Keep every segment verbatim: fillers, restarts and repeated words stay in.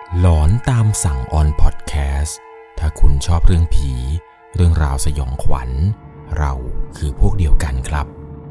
หลอนตามสั่งออนพอดแคสต์ถ้าคุณชอบเรื่องผีเรื่องราวสยองขวัญเราคือพวกเดียวกันครับ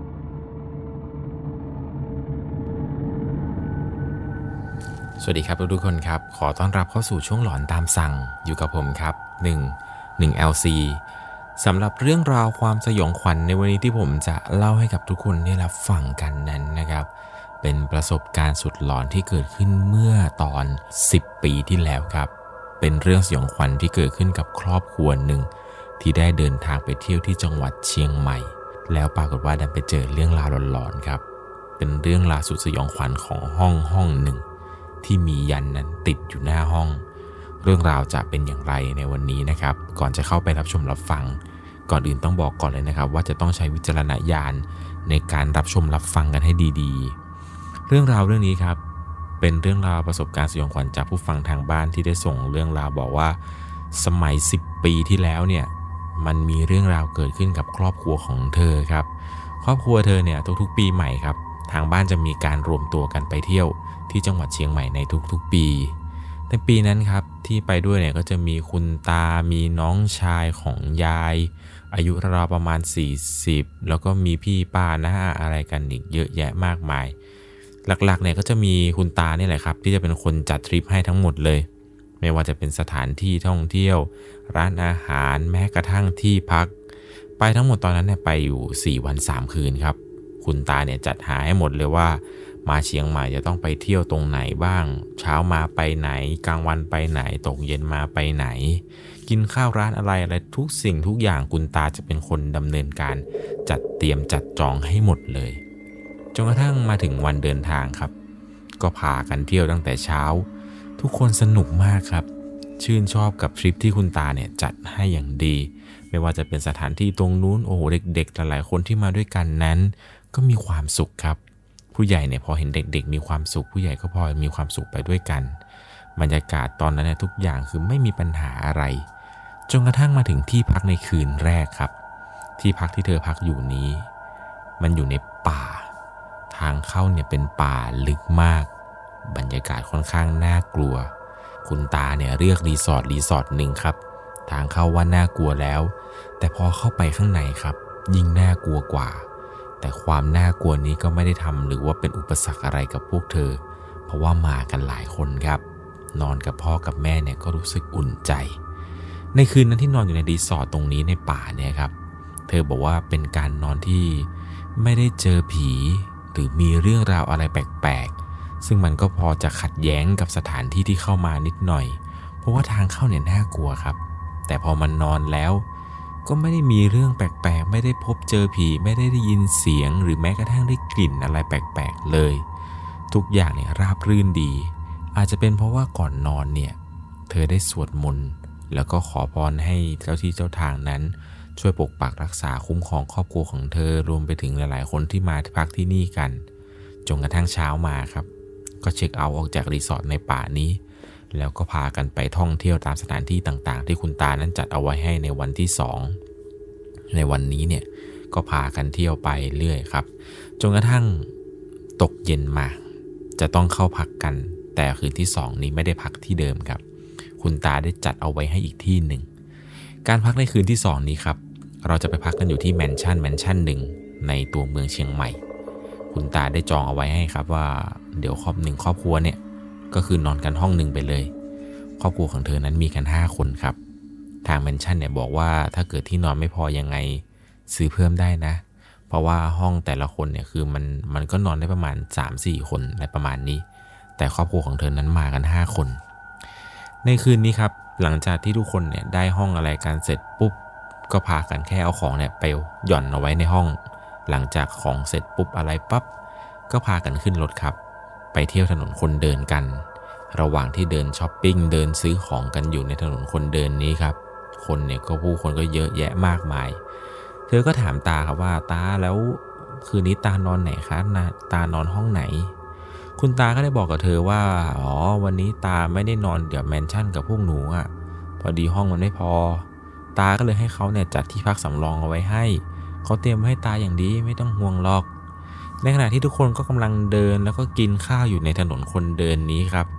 สวัสดีครับทุกคนครับขอต้อนรับเข้าสู่ช่วงหลอนตามสั่งอยู่กับผมครับหนึ่ง หนึ่ง แอล ซี สำหรับเรื่องราวความสยองขวัญในวันนี้ที่ผมจะเล่าให้กับทุกคนได้รับฟังกันนั้นนะครับเป็นประสบการณ์สุดหลอนที่เกิดขึ้นเมื่อตอนสิบปีที่แล้วครับเป็นเรื่องสยองขวัญที่เกิดขึ้นกับครอบครัวหนึ่งที่ได้เดินทางไปเที่ยวที่จังหวัดเชียงใหม่แล้วปรากฏว่าดันไปเจอเรื่องราวหลอนๆครับเป็นเรื่องราวสุดสยองขวัญของห้องห้องหนึ่งที่มียันนั้นติดอยู่หน้าห้องเรื่องราวจะเป็นอย่างไรในวันนี้นะครับก่อนจะเข้าไปรับชมรับฟังก่อนอื่นต้องบอกก่อนเลยนะครับว่าจะต้องใช้วิจารณญาณในการรับชมรับฟังกันให้ดีๆเรื่องราวเรื่องนี้ครับเป็นเรื่องราวประสบการณ์สยองขวัญจากผู้ฟังทางบ้านที่ได้ส่งเรื่องราวบอกว่าสมัยสิบปีที่แล้วเนี่ยมันมีเรื่องราวเกิดขึ้นกับครอบครัวของเธอครับครอบครัวเธอเนี่ยทุกๆปีใหม่ครับทางบ้านจะมีการรวมตัวกันไปเที่ยวที่จังหวัดเชียงใหม่ในทุกๆปีในปีนั้นครับที่ไปด้วยเนี่ยก็จะมีคุณตามีน้องชายของยายอายุราวประมาณสี่สิบแล้วก็มีพี่ป้าน้าอะไรกันอีกเยอะแยะมากมายหลักๆเนี่ยก็จะมีคุณตาเนี่ยแหละครับที่จะเป็นคนจัดทริปให้ทั้งหมดเลยไม่ว่าจะเป็นสถานที่ท่องเที่ยวร้านอาหารแม้กระทั่งที่พักไปทั้งหมดตอนนั้นเนี่ยไปอยู่สี่วันสามคืนครับคุณตาเนี่ยจัดหาให้หมดเลยว่ามาเชียงใหม่จะต้องไปเที่ยวตรงไหนบ้างเช้ามาไปไหนกลางวันไปไหนตกเย็นมาไปไหนกินข้าวร้านอะไรอะไรทุกสิ่งทุกอย่างคุณตาจะเป็นคนดำเนินการจัดเตรียมจัดจองให้หมดเลยจนกระทั่งมาถึงวันเดินทางครับก็พากันเที่ยวตั้งแต่เช้าทุกคนสนุกมากครับชื่นชอบกับทริปที่คุณตาเนี่ยจัดให้อย่างดีไม่ว่าจะเป็นสถานที่ตรงนู้นโอ้โหเด็กๆหลายๆคนที่มาด้วยกันนั้นก็มีความสุขครับผู้ใหญ่เนี่ยพอเห็นเด็กๆมีความสุขผู้ใหญ่ก็พอมีความสุขไปด้วยกันบรรยากาศตอนนั้นเนี่ยทุกอย่างคือไม่มีปัญหาอะไรจนกระทั่งมาถึงที่พักในคืนแรกครับที่พักที่เธอพักอยู่นี้มันอยู่ในป่าทางเข้าเนี่ยเป็นป่าลึกมากบรรยากาศค่อนข้างน่ากลัวคุณตาเนี่ยเรียกรีสอร์ทรีสอร์ทหนึ่งครับทางเข้าว่าน่ากลัวแล้วแต่พอเข้าไปข้างในครับยิ่งน่ากลัวกว่าแต่ความน่ากลัวนี้ก็ไม่ได้ทำหรือว่าเป็นอุปสรรคอะไรกับพวกเธอเพราะว่ามากันหลายคนครับนอนกับพ่อกับแม่เนี่ยก็รู้สึกอุ่นใจในคืนนั้นที่นอนอยู่ในรีสอร์ทตรงนี้ในป่าเนี่ยครับเธอบอกว่าเป็นการนอนที่ไม่ได้เจอผีหรือมีเรื่องราวอะไรแปลกๆซึ่งมันก็พอจะขัดแย้งกับสถานที่ที่เข้ามานิดหน่อยเพราะว่าทางเข้าเนี่ยน่ากลัวครับแต่พอมันนอนแล้วก็ไม่ได้มีเรื่องแปลกๆไม่ได้พบเจอผีไม่ได้ได้ยินเสียงหรือแม้กระทั่งได้กลิ่นอะไรแปลกๆเลยทุกอย่างเนี่ยราบรื่นดีอาจจะเป็นเพราะว่าก่อนนอนเนี่ยเธอได้สวดมนต์แล้วก็ขอพรให้เจ้าที่เจ้าทางนั้นช่วยปกปักรักษาคุ้มครองครอบครัวของเธอรวมไปถึงหลายๆคนที่มาพักที่นี่กันจนกระทั่งเช้ามาครับก็เช็คเอาท์ออกจากรีสอร์ทในป่านี้แล้วก็พากันไปท่องเที่ยวตามสถานที่ต่างๆที่คุณตานั้นจัดเอาไว้ให้ในวันที่สองในวันนี้เนี่ยก็พากันเที่ยวไปเรื่อยครับจนกระทั่งตกเย็นมาจะต้องเข้าพักกันแต่คืนที่สองนี้ไม่ได้พักที่เดิมครับคุณตาได้จัดเอาไว้ให้อีกที่หนึ่งการพักในคืนที่สองนี้ครับเราจะไปพักกันอยู่ที่แมนชั่นแมนชั่นหนึ่งในตัวเมืองเชียงใหม่คุณตาได้จองเอาไว้ให้ครับว่าเดี๋ยวครอบหนึ่งครอบครัวเนี่ยก็คือนอนกันห้องหนึ่งไปเลยครอบครัวของเธอนั้นมีกันห้าคนครับทางแมนชั่นเนี่ยบอกว่าถ้าเกิดที่นอนไม่พอยังไงซื้อเพิ่มได้นะเพราะว่าห้องแต่ละคนเนี่ยคือมันมันก็นอนได้ประมาณ สามถึงสี่ คนอะไรประมาณนี้แต่ครอบครัวของเธอนั้นมากันห้าคนในคืนนี้ครับหลังจากที่ทุกคนเนี่ยได้ห้องอะไรกันเสร็จปุ๊บก็พากันแค่เอาของเนี่ยไปหย่อนเอาไว้ในห้องหลังจากของเสร็จปุ๊บอะไรปั๊บก็พากันขึ้นรถครับไปเที่ยวถนนคนเดินกันระหว่างที่เดินช้อปปิ้งเดินซื้อของกันอยู่ในถนนคนเดินนี้ครับคนเนี่ยก็ผู้คนก็เยอะแยะมากมายเธอก็ถามตาครับว่าตาแล้วคืนนี้ตานอนไหนคะตานอนห้องไหนคุณตาก็ได้บอกกับเธอว่าอ๋อวันนี้ตาไม่ได้นอนเดี๋ยวแมนชั่นกับพวกหนูอ่ะพอดีห้องมันไม่พอตาก็เลยให้เขาเนี่ยจัดที่พักสำรองเอาไว้ให้เขาเตรียมไว้ให้ตาอย่างดีไม่ต้องห่วงหรอกในขณะที่ทุกคนก็กำลังเดินแล้วก็กินข้าวอยู่ในถนนคนเดินนี้ครับ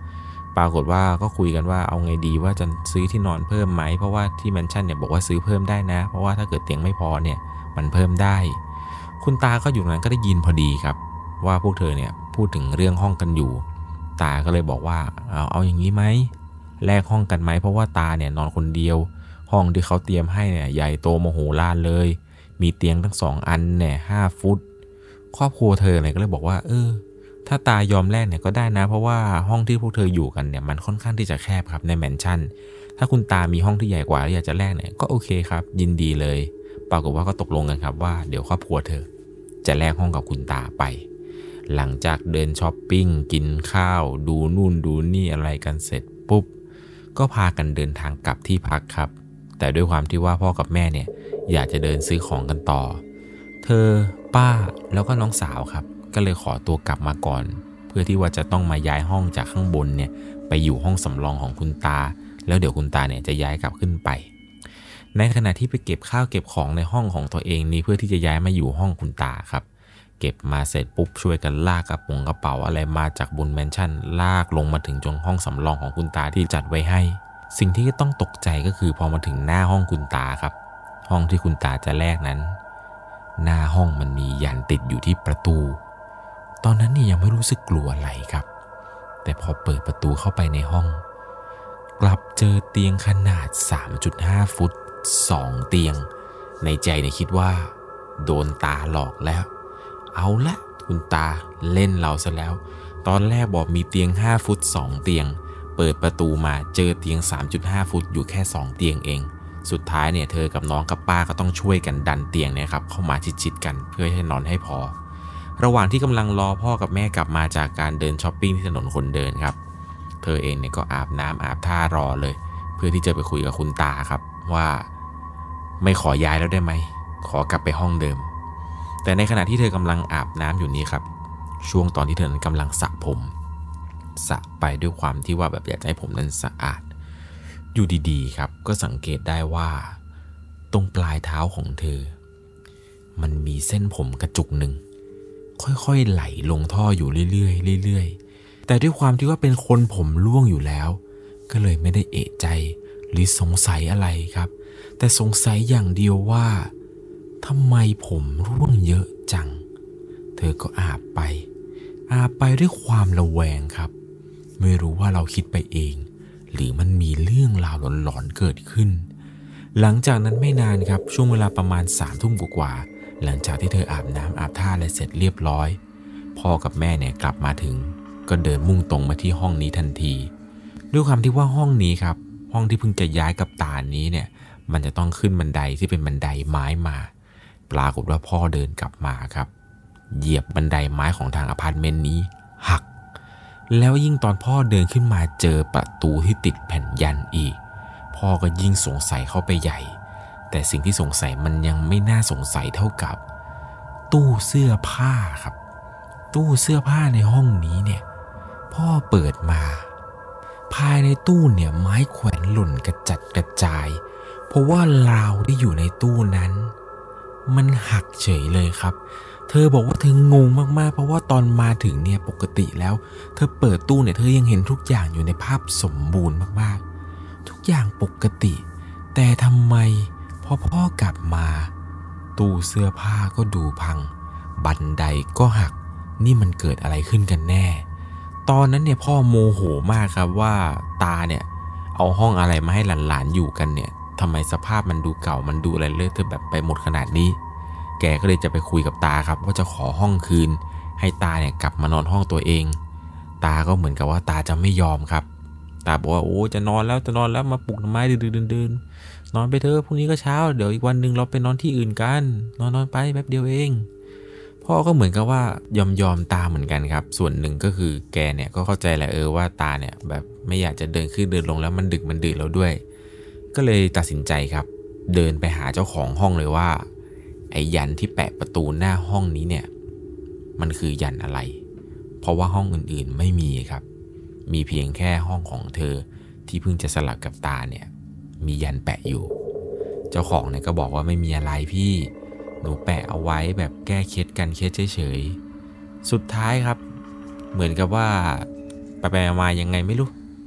ปรากฏว่าก็คุยกันว่าเอาไงดีว่าจะซื้อที่นอนเพิ่มไหมเพราะว่าที่แมนชั่นเนี่ยบอกว่าซื้อเพิ่มได้นะเพราะว่าถ้าเกิดเตียงไม่พอเนี่ยมันเพิ่มได้คุณตาก็อยู่นั้นก็ได้ยินพอดีครับว่าพวกเธอเนี่ยพูดถึงเรื่องห้องกันอยู่ตาก็เลยบอกว่าเอาเอาอย่างนี้ไหมแลกห้องกันไหมเพราะว่าตาเนี่ยนอนคนเดียวห้องที่เขาเตรียมให้เนี่ยใหญ่โตมโหฬารเลยมีเตียงทั้งสองอันเนี่ยห้าฟุตครอบครัวเธอเนี่ยก็เลยบอกว่าเออถ้าตายอมแลกเนี่ยก็ได้นะเพราะว่าห้องที่พวกเธออยู่กันเนี่ยมันค่อนข้างที่จะแคบครับในแมนชั่นถ้าคุณตามีห้องที่ใหญ่กว่าแล้วอยากจะแลกเนี่ยก็โอเคครับยินดีเลยปรากฏว่าก็ตกลงกันครับว่าเดี๋ยวครอบครัวเธอจะแลกห้องกับคุณตาไปหลังจากเดินช้อปปิ้งกินข้าวดูนู่นดูนี่อะไรกันเสร็จปุ๊บก็พากันเดินทางกลับที่พักครับแต่ด้วยความที่ว่าพ่อกับแม่เนี่ยอยากจะเดินซื้อของกันต่อเธอป้าแล้วก็น้องสาวครับก็เลยขอตัวกลับมาก่อนเพื่อที่ว่าจะต้องมาย้ายห้องจากข้างบนเนี่ยไปอยู่ห้องสำรองของคุณตาแล้วเดี๋ยวคุณตาเนี่ยจะย้ายกลับขึ้นไปในขณะที่ไปเก็บข้าวเก็บของในห้องของตัวเองนี้เพื่อที่จะย้ายมาอยู่ห้องคุณตาครับเก็บมาเสร็จปุ๊บช่วยกันลากกระป๋องกระเป๋าอะไรมาจากบนแมนชั่นลากลงมาถึงจนห้องสำรองของคุณตาที่จัดไว้ให้สิ่งที่ต้องตกใจก็คือพอมาถึงหน้าห้องคุณตาครับห้องที่คุณตาจะแลกนั้นหน้าห้องมันมียันติดอยู่ที่ประตูตอนนั้นนี่ยังไม่รู้สึกกลัวอะไรครับแต่พอเปิดประตูเข้าไปในห้องกลับเจอเตียงขนาด สามจุดห้า ฟุตสองเตียงในใจเนี่ยคิดว่าโดนตาหลอกแล้วเอาละคุณตาเล่นเราซะแล้วตอนแรกบอกมีเตียงห้าฟุตสองเตียงเปิดประตูมาเจอเตียง สามจุดห้า ฟุตอยู่แค่สองเตียงเองสุดท้ายเนี่ยเธอกับน้องกับป้าก็ต้องช่วยกันดันเตียงเนี่ยครับเข้ามาชิดๆกันเพื่อให้นอนให้พอระหว่างที่กำลังรอพ่อกับแม่กลับมาจากการเดินช้อปปิ้งที่ถนนคนเดินครับเธอเองเนี่ยก็อาบน้ำอาบท่ารอเลยเพื่อที่จะไปคุยกับคุณตาครับว่าไม่ขอย้ายแล้วได้ไหมขอกลับไปห้องเดิมแต่ในขณะที่เธอกำลังอาบน้ำอยู่นี้ครับช่วงตอนที่เธอนั้นกำลังสระผมสระไปด้วยความที่ว่าแบบอยากให้ผมนั้นสะอาดอยู่ดีๆครับก็สังเกตได้ว่าตรงปลายเท้าของเธอมันมีเส้นผมกระจุกหนึ่งค่อยๆไหลลงท่ออยู่เรื่อยๆเรื่อยๆแต่ด้วยความที่ว่าเป็นคนผมร่วงอยู่แล้วก็เลยไม่ได้เอะใจหรือสงสัยอะไรครับแต่สงสัยอย่างเดียวว่าทำไมผมร่วงเยอะจังเธอก็อาบไปอาบไปด้วยความระแวงครับไม่รู้ว่าเราคิดไปเองหรือมันมีเรื่องราวหลอนๆเกิดขึ้นหลังจากนั้นไม่นานครับช่วงเวลาประมาณสามทุ่มกว่าหลังจากที่เธออาบน้ำอาบท่าอะไรเสร็จเรียบร้อยพ่อกับแม่เนี่ยกลับมาถึงก็เดินมุ่งตรงมาที่ห้องนี้ทันทีด้วยความที่ว่าห้องนี้ครับห้องที่เพิ่งจะย้ายกับตานี้เนี่ยมันจะต้องขึ้นบันไดที่เป็นบันไดไม้มาปรากฏว่าพ่อเดินกลับมาครับเหยียบบันไดไม้ของทางอพาร์ตเมนต์นี้หักแล้วยิ่งตอนพ่อเดินขึ้นมาเจอประตูที่ติดแผ่นยันอีกพ่อก็ยิ่งสงสัยเข้าไปใหญ่แต่สิ่งที่สงสัยมันยังไม่น่าสงสัยเท่ากับตู้เสื้อผ้าครับตู้เสื้อผ้าในห้องนี้เนี่ยพ่อเปิดมาภายในตู้เนี่ยไม้แขวนหล่นกระจัดกระจายเพราะว่าราวที่อยู่ในตู้นั้นมันหักเฉยเลยครับเธอบอกว่าเธองงมากๆเพราะว่าตอนมาถึงเนี่ยปกติแล้วเธอเปิดตู้เนี่ยเธอยังเห็นทุกอย่างอยู่ในภาพสมบูรณ์มากๆทุกอย่างปกติแต่ทำไมพอพ่อกลับมาตู้เสื้อผ้าก็ดูพังบันไดก็หักนี่มันเกิดอะไรขึ้นกันแน่ตอนนั้นเนี่ยพ่อโมโหมากครับว่าตาเนี่ยเอาห้องอะไรมาให้หลานๆอยู่กันเนี่ยทำไมสภาพมันดูเก่ามันดูอะไรเลอะเทอะแบบไปหมดขนาดนี้แกก็เลยจะไปคุยกับตาครับว่าจะขอห้องคืนให้ตาเนี่ยกลับมานอนห้องตัวเองตาก็เหมือนกับว่าตาจะไม่ยอมครับตาบอกว่าโอ้จะนอนแล้วจะนอนแล้วมาปลุกทำไมดื้อๆๆนอนไปเถอะพรุ่งนี้ก็เช้าเดี๋ยวอีกวันนึงเราไปนอนที่อื่นกันนอนนอนไปแป๊บเดียวเองพ่อก็เหมือนกับว่ายอมยอมตาเหมือนกันครับส่วนหนึ่งก็คือแกเนี่ยก็เข้าใจแหละเออว่าตาเนี่ยแบบไม่อยากจะเดินขึ้นเดินลงแล้วมันดึกมันดื่นแล้วด้วยก็เลยตัดสินใจครับเดินไปหาเจ้าของห้องเลยว่าไอ้ยันที่แปะประตูหน้าห้องนี้เนี่ยมันคือยันอะไรเพราะว่าห้องอื่นๆไม่มีครับมีเพียงแค่ห้องของเธอที่เพิ่งจะสลับกับตาเนี่ยมียันแปะอยู่เจ้าของเนี่ยก็บอกว่าไม่มีอะไรพี่หนูแปะเอาไว้แบบแก้เคล็ดกันเคล็ดเฉยๆสุดท้ายครับเหมือนกับว่าไปๆมาๆยังไงไม่รู้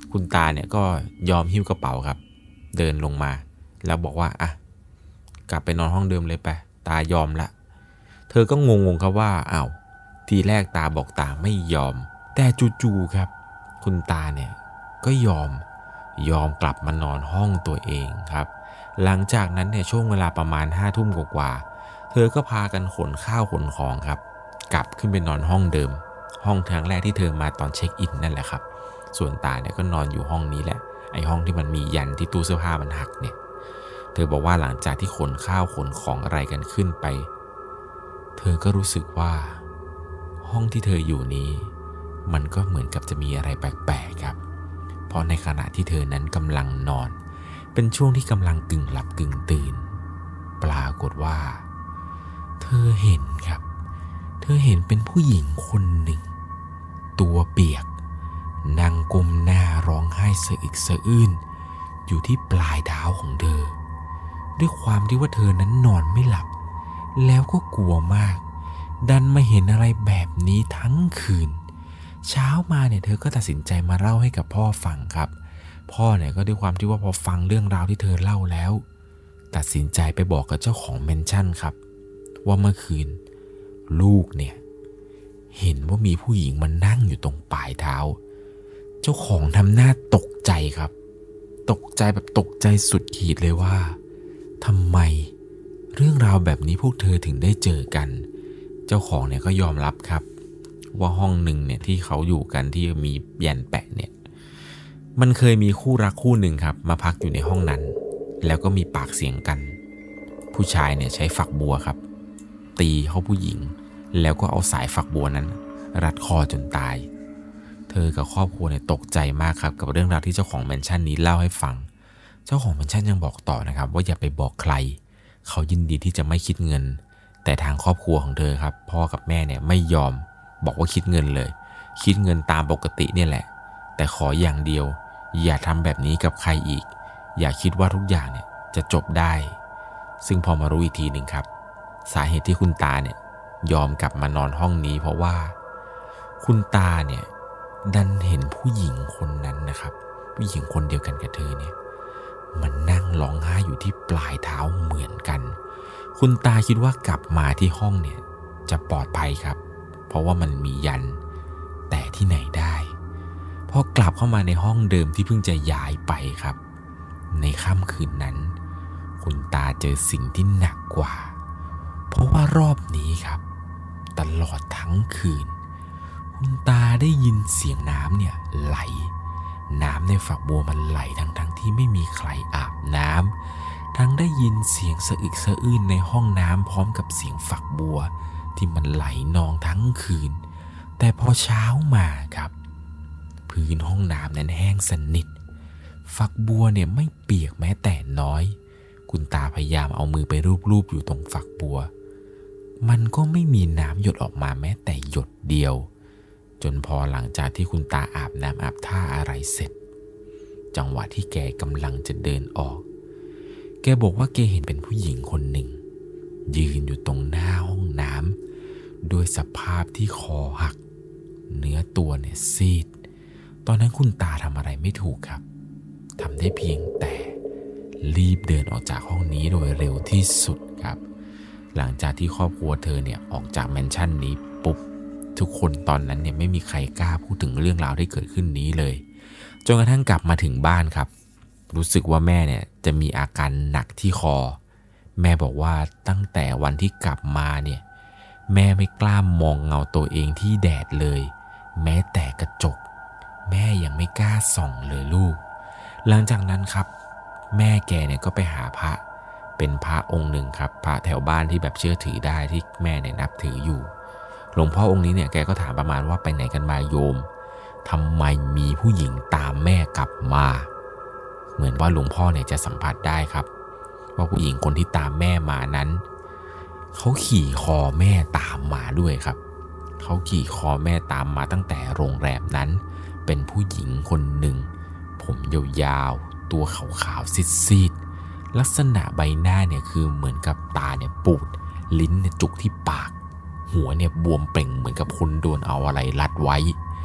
คุณตาเนี่ยก็ยอมหิ้วกระเป๋าครับเดินลงมาแล้วบอกว่าอ่ะกลับไปนอนห้องเดิมเลยไปตายอมละเธอก็งงๆครับว่าอ้าวทีแรกตาบอกตาไม่ยอมแต่จู่ๆครับคุณตาเนี่ยก็ยอมยอมกลับมานอนห้องตัวเองครับหลังจากนั้นเนี่ยช่วงเวลาประมาณห้าทุ่มกว่าๆเธอก็พากันขนข้าวขนของครับกลับขึ้นไปนอนห้องเดิมห้องครั้งแรกที่เธอมาตอนเช็คอินนั่นแหละครับส่วนตาเนี่ยก็นอนอยู่ห้องนี้แหละไอห้องที่มันมียันที่ตู้เสื้อผ้ามันหักเนี่ยเธอบอกว่าหลังจากที่ขนข้าวขนของอะไรกันขึ้นไปเธอก็รู้สึกว่าห้องที่เธออยู่นี้มันก็เหมือนกับจะมีอะไรแปลกๆครับเพราะในขณะที่เธอนั้นกำลังนอนเป็นช่วงที่กำลังกึ่งหลับกึ่งตื่นปรากฏว่าเธอเห็นครับเธอเห็นเป็นผู้หญิงคนหนึ่งตัวเปียกนั่งก้มหน้าร้องไห้สะอึกสะอื้นอยู่ที่ปลายเท้าของเธอด้วยความที่ว่าเธอนั้นนอนไม่หลับแล้วก็กลัวมากดันมาเห็นอะไรแบบนี้ทั้งคืนเช้ามาเนี่ยเธอก็ตัดสินใจมาเล่าให้กับพ่อฟังครับพ่อเนี่ยก็ด้วยความที่ว่าพอฟังเรื่องราวที่เธอเล่าแล้วตัดสินใจไปบอกกับเจ้าของแมนชั่นครับว่าเมื่อคืนลูกเนี่ยเห็นว่ามีผู้หญิงมานั่งอยู่ตรงปลายเท้าเจ้าของทำหน้าตกใจครับตกใจแบบตกใจสุดขีดเลยว่าทำไมเรื่องราวแบบนี้พวกเธอถึงได้เจอกันเจ้าของเนี่ยก็ยอมรับครับว่าห้องหนึ่งเนี่ยที่เขาอยู่กันที่มียันแปะเนี่ยมันเคยมีคู่รักคู่หนึ่งครับมาพักอยู่ในห้องนั้นแล้วก็มีปากเสียงกันผู้ชายเนี่ยใช้ฝักบัวครับตีเขาผู้หญิงแล้วก็เอาสายฝักบัวนั้นรัดคอจนตายเธอกับครอบครัวเนี่ยตกใจมากครับกับเรื่องราวที่เจ้าของแมนชั่นนี้เล่าให้ฟังเจ้าของแมนชั่นยังบอกต่อนะครับว่าอย่าไปบอกใครเขายินดีที่จะไม่คิดเงินแต่ทางครอบครัวของเธอครับพ่อกับแม่เนี่ยไม่ยอมบอกว่าคิดเงินเลยคิดเงินตามปกติเนี่ยแหละแต่ขออย่างเดียวอย่าทำแบบนี้กับใครอีกอย่าคิดว่าทุกอย่างเนี่ยจะจบได้ซึ่งพอมารู้อีกทีหนึ่งครับสาเหตุที่คุณตาเนี่ยยอมกลับมานอนห้องนี้เพราะว่าคุณตาเนี่ยดันเห็นผู้หญิงคนนั้นนะครับผู้หญิงคนเดียวกันกับเธอเนี่ยมันนั่งร้องไห้อยู่ที่ปลายเท้าเหมือนกันคุณตาคิดว่ากลับมาที่ห้องเนี่ยจะปลอดภัยครับเพราะว่ามันมียันแต่ที่ไหนได้พอกลับเข้ามาในห้องเดิมที่เพิ่งจะย้ายไปครับในค่ำคืนนั้นคุณตาเจอสิ่งที่หนักกว่าเพราะว่ารอบนี้ครับตลอดทั้งคืนคุณตาได้ยินเสียงน้ำเนี่ยไหลน้ำในฝักบัวมันไหลทั้งทั้งที่ไม่มีใครอาบน้ำทั้งได้ยินเสียงสะอึกสะอื้นในห้องน้ำพร้อมกับเสียงฝักบัวที่มันไหลนองทั้งคืนแต่พอเช้ามาครับพื้นห้องน้ำนั้นแห้งสนิทฝักบัวเนี่ยไม่เปียกแม้แต่น้อยคุณตาพยายามเอามือไปรูปๆอยู่ตรงฝักบัวมันก็ไม่มีน้ำหยดออกมาแม้แต่หยดเดียวจนพอหลังจากที่คุณตาอาบน้ำอาบท่าอะไรเสร็จจังหวะที่แกกำลังจะเดินออกแกบอกว่าแกเห็นเป็นผู้หญิงคนหนึ่งยืนอยู่ตรงหน้าห้องน้ำโดยสภาพที่คอหักเนื้อตัวเนี่ยซีดตอนนั้นคุณตาทำอะไรไม่ถูกครับทำได้เพียงแต่รีบเดินออกจากห้องนี้โดยเร็วที่สุดครับหลังจากที่ครอบครัวเธอเนี่ยออกจากแมนชั่นนี้ปุ๊บทุกคนตอนนั้นเนี่ยไม่มีใครกล้าพูดถึงเรื่องราวที่เกิดขึ้นนี้เลยจนกระทั่งกลับมาถึงบ้านครับรู้สึกว่าแม่เนี่ยจะมีอาการหนักที่คอแม่บอกว่าตั้งแต่วันที่กลับมาเนี่ยแม่ไม่กล้ามองเงาตัวเองที่แดดเลยแม้แต่กระจกแม่ยังไม่กล้าส่องเลยลูกหลังจากนั้นครับแม่แกเนี่ยก็ไปหาพระเป็นพระองค์หนึ่งครับพระแถวบ้านที่แบบเชื่อถือได้ที่แม่เนี่ยนับถืออยู่หลวงพ่อองค์นี้เนี่ยแกก็ถามประมาณว่าไปไหนกันมาโยมทำไมมีผู้หญิงตามแม่กลับมาเหมือนว่าหลวงพ่อเนี่ยจะสัมผัสได้ครับว่าผู้หญิงคนที่ตามแม่มานั้นเขาขี่คอแม่ตามมาด้วยครับเขาขี่คอแม่ตามมาตั้งแต่โรงแรมนั้นเป็นผู้หญิงคนหนึ่งผมยาวๆตัวขาวๆซีดๆลักษณะใบหน้าเนี่ยคือเหมือนกับตาเนี่ยปูดลิ้นเนี่ยจุกที่ปากหัวเนี่ยบวมเป่งเหมือนกับคนโดนเอาอะไรรัดไว้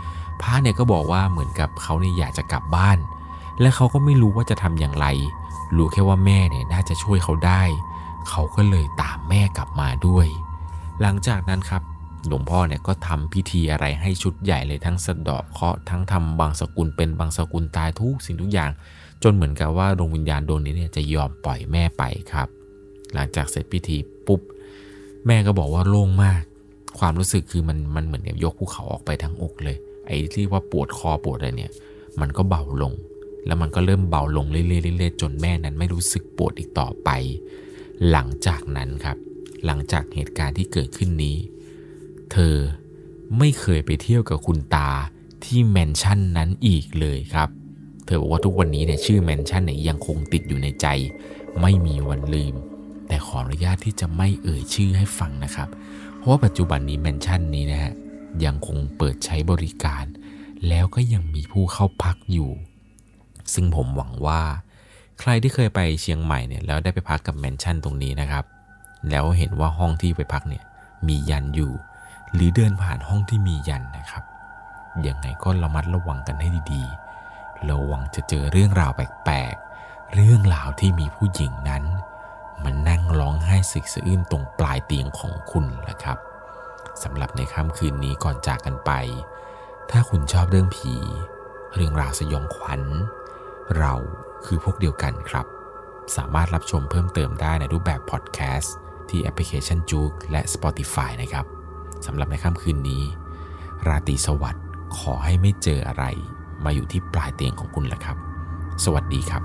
พระเนี่ยก็บอกว่าเหมือนกับเขาเนี่ยอยากจะกลับบ้านและเขาก็ไม่รู้ว่าจะทำอย่างไรรู้แค่ว่าแม่เนี่ยน่าจะช่วยเขาได้เขาก็เลยตามแม่กลับมาด้วยหลังจากนั้นครับหลวงพ่อเนี่ยก็ทำพิธีอะไรให้ชุดใหญ่เลยทั้งสะเดาะเคราะห์ทั้งทำบางสกุลเป็นบางสกุลตายทุกสิ่งทุกอย่างจนเหมือนกับว่าดวงวิญญาณดวงนี้เนี่ยจะยอมปล่อยแม่ไปครับหลังจากเสร็จพิธีปุ๊บแม่ก็บอกว่าโล่งมากความรู้สึกคือมันมันเหมือนกับยกภูเขาออกไปทั้งอกเลยไอ้ที่ว่าปวดคอปวดอะไรเนี่ยมันก็เบาลงแล้วมันก็เริ่มเบาลงเรื่อยๆจนแม่นั้นไม่รู้สึกปวดอีกต่อไปหลังจากนั้นครับหลังจากเหตุการณ์ที่เกิดขึ้นนี้เธอไม่เคยไปเที่ยวกับคุณตาที่แมนชั่นนั้นอีกเลยครับเธอบอกว่าทุกวันนี้เนี่ยชื่อแมนชั่นเนี่ยยังคงติดอยู่ในใจไม่มีวันลืมแต่ขออนุญาตที่จะไม่เอ่ยชื่อให้ฟังนะครับเพราะว่าปัจจุบันนี้แมนชั่นนี้นะฮะยังคงเปิดใช้บริการแล้วก็ยังมีผู้เข้าพักอยู่ซึ่งผมหวังว่าใครที่เคยไปเชียงใหม่เนี่ยแล้วได้ไปพักกับแมนชั่นตรงนี้นะครับแล้วเห็นว่าห้องที่ไปพักเนี่ยมียันอยู่หรือเดินผ่านห้องที่มียันนะครับยังไงก็ระมัดระวังกันให้ดีๆระวังจะเจอเรื่องราวแปลกๆเรื่องราวที่มีผู้หญิงนั้นมันนั่งร้องไห้สึกสะอื้นตรงปลายเตียงของคุณแหละครับสำหรับในค่ำคืนนี้ก่อนจากกันไปถ้าคุณชอบเรื่องผีเรื่องราวสยองขวัญเราคือพวกเดียวกันครับสามารถรับชมเพิ่มเติมได้ในรูปแบบพอดแคสต์ที่แอปพลิเคชันจู๊กและ Spotify นะครับสำหรับในค่ำคืนนี้ราตรีสวัสดิ์ขอให้ไม่เจออะไรมาอยู่ที่ปลายเตียงของคุณละครับสวัสดีครับ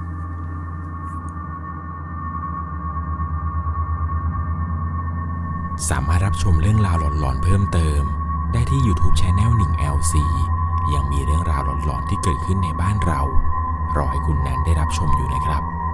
สามารถรับชมเรื่องราวหลอนๆเพิ่มเติมได้ที่ YouTube Channel หนึ่ง แอล ซี ยังมีเรื่องราวหลอนๆที่เกิดขึ้นในบ้านเรารอให้คุณนั้นได้รับชมอยู่นะครับ